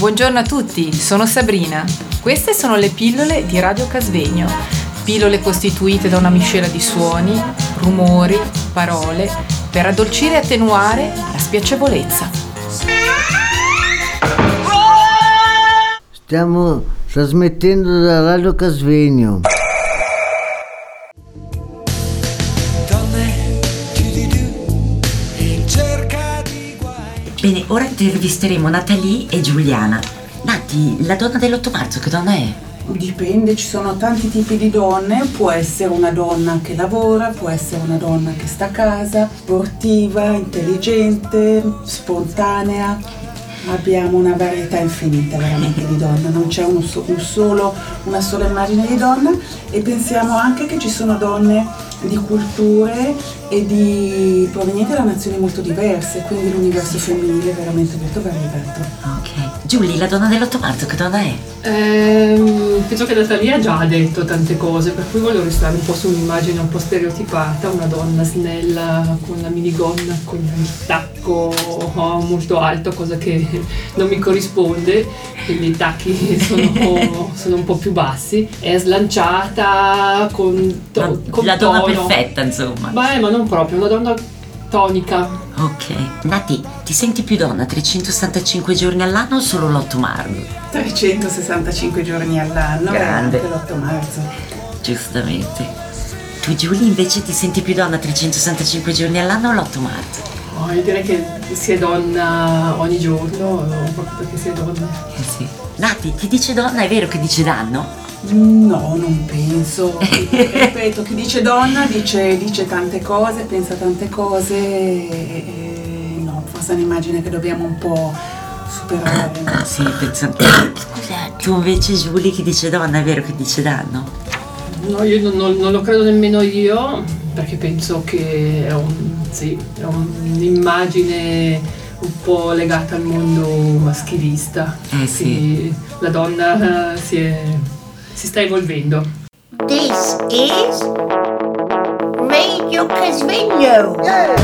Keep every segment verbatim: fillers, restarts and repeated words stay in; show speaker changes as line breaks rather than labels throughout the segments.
Buongiorno a tutti, sono Sabrina. Queste sono le pillole di Radio Casvegno. Pillole costituite da una miscela di suoni, rumori, parole, per addolcire e attenuare la spiacevolezza.
Stiamo trasmettendo da Radio Casvegno.
Bene, ora intervisteremo Natalie e Giuliana. Nati, la donna dell'otto marzo che donna è?
Dipende, ci sono tanti tipi di donne, può essere una donna che lavora, può essere una donna che sta a casa, sportiva, intelligente, spontanea. Abbiamo una varietà infinita veramente di donna, non c'è uno so- un solo, una sola immagine di donna, e pensiamo anche che ci sono donne di culture e di provenienti da nazioni molto diverse, quindi l'universo femminile è veramente molto variegato.
Ok. Giulia, la donna dell'otto marzo che donna è?
Ehm, penso che Natalia già ha detto tante cose, per cui voglio restare un po' su un'immagine un po' stereotipata, una donna snella con la minigonna, con il tacco molto alto, cosa che non mi corrisponde, quindi i tacchi sono un po', sono un po' più bassi, è slanciata con, to- con
la donna
tono.
perfetta, insomma.
Beh, ma non proprio, una donna tonica.
Ok. Nati, ti senti più donna trecentosessantacinque giorni all'anno o solo l'otto marzo?
trecentosessantacinque giorni all'anno,
Grande.
e anche l'otto marzo.
Giustamente. Tu Giulia invece ti senti più donna trecentosessantacinque giorni all'anno o l'otto marzo?
Oh, io direi che si è donna ogni giorno, proprio perché si è donna.
Eh sì. Nati, chi dice donna è vero che dice danno?
No, non penso. Ripeto, chi dice donna dice, dice tante cose, pensa tante cose, e, e no, forse è un'immagine che dobbiamo un po' superare.
Sì, penso anche. Scusa, tu invece Giulia, chi dice donna è vero che dice danno?
No, io non, non- non lo credo nemmeno io, perché penso che è, un, sì, è un'immagine un po' legata al mondo maschilista.
Eh sì.
Quindi la donna eh, si, è- si sta evolvendo.
This is Radio Casvegno.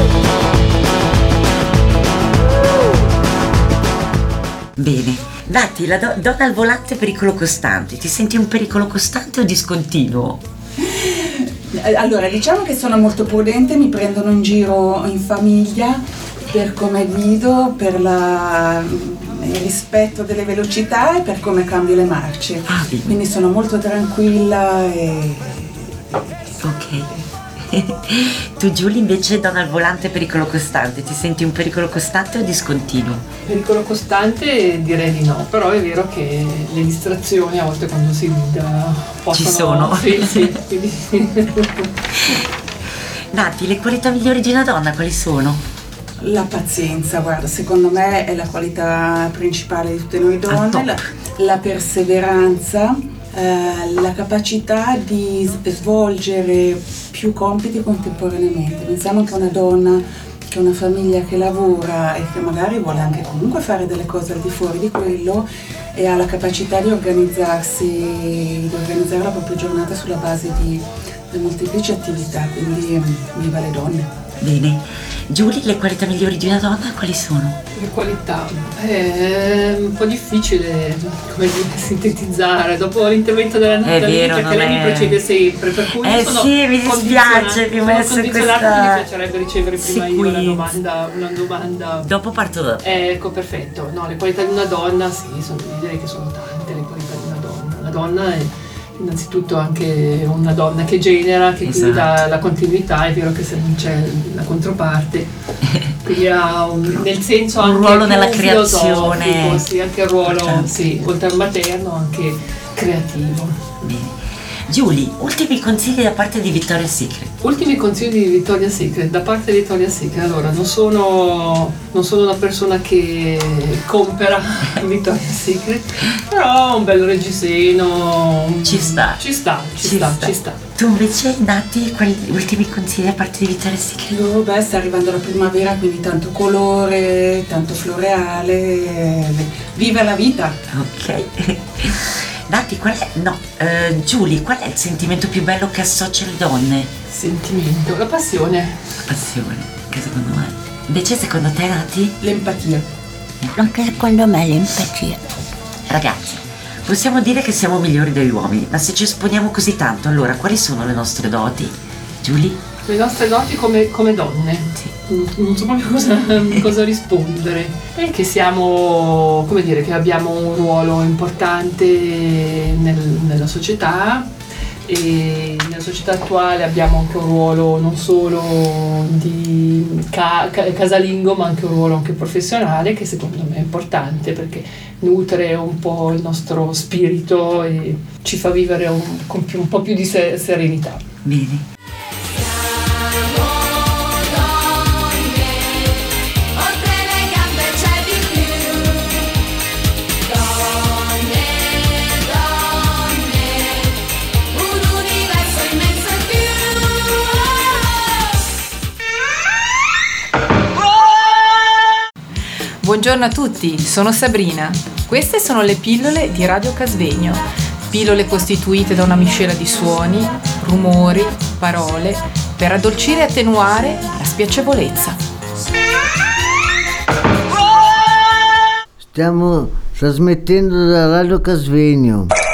Bene. Nati, la do- donna al volante è pericolo costante. Ti senti un pericolo costante o discontinuo?
Eh, Allora, diciamo che sono molto prudente, mi prendono in giro in famiglia per come guido, per la- il rispetto delle velocità e per come cambio le marce.
Ah, bene.
Quindi sono molto tranquilla e
Ok. Tu Giulia invece donna al volante è pericolo costante. Ti senti un pericolo costante o discontinuo?
Pericolo costante direi di no, però è vero che le distrazioni a volte quando si guida possono...
Ci sono.
Sì, sì, quindi...
Nati, le qualità migliori di una donna quali sono?
la pazienza, guarda, secondo me è la qualità principale di tutte noi
Al
donne,
top.
la, la perseveranza, eh, la capacità di s- svolgere più compiti contemporaneamente. Pensiamo che una donna che ha una famiglia che lavora e che magari vuole anche comunque fare delle cose al di fuori di quello e ha la capacità di organizzarsi, di organizzare la propria giornata sulla base di, di molteplici attività, quindi mm, viva le donne.
Bene. Giulia, le qualità migliori di una donna quali sono?
Le qualità, è un po' difficile, come dire, sintetizzare dopo l'intervento della Natalie,
vero,
perché
non
lei
è-
mi precede sempre, per cui
Eh
sono
sì, mi dispiace,
condiziona-
mi ho
sono
messo
condizionata,
questa-
mi piacerebbe ricevere prima
Sì,
io una
quiz.
domanda, una domanda.
Dopo parto da...
Ecco, perfetto. No, le qualità di una donna, sì, sono, direi che sono tante le qualità di una donna. La donna è innanzitutto anche una donna che genera, che quindi dà
Esatto.
la continuità, è vero che se non c'è la controparte, quindi ha un, nel senso
Un
anche
ruolo
più
nella
filosofico,
creazione.
sì, anche il ruolo,
Importante.
sì, oltre al materno, anche creativo.
Bene. Giulia, ultimi consigli da parte di Victoria's Secret.
Ultimi consigli di Victoria's Secret, da parte di Victoria's Secret. Allora, non sono, non sono una persona che compra Victoria's Secret, però un bel reggiseno un-
Ci sta.
ci sta, ci,
Ci
sta,
sta.
ci sta.
Tu invece, Nati, quali ultimi consigli da parte di Victoria's Secret?
Oh, beh, sta arrivando la primavera, quindi tanto colore, tanto floreale, eh, viva la vita!
Ok. Nati, qual è... No, eh, Giulia, qual è il sentimento più bello che associa le donne?
Sentimento, la passione.
Passione, che secondo me... Invece secondo te, Nati?
L'empatia.
Anche secondo me è l'empatia.
Ragazzi, possiamo dire che siamo migliori degli uomini, ma se ci esponiamo così tanto, allora quali sono le nostre doti? Giulia?
Le nostre doti come, come donne?
Sì.
Non so proprio cosa, cosa rispondere. È che siamo, come dire, che abbiamo un ruolo importante nel- nella società, e nella società attuale abbiamo anche un ruolo non solo di ca- ca- casalingo, ma anche un ruolo anche professionale, che secondo me è importante perché nutre un po' il nostro spirito e ci fa vivere un, con più- un po' più di se- serenità.
Bene.
Oltre le gambe c'è di più. Donne, donne, un universo immenso e più.
Buongiorno a tutti, sono Sabrina. Queste sono le pillole di Radio Casvegno. Pillole costituite da una miscela di suoni, rumori, parole, per addolcire e attenuare la spiacevolezza.
Stiamo trasmettendo da Radio Casvegno.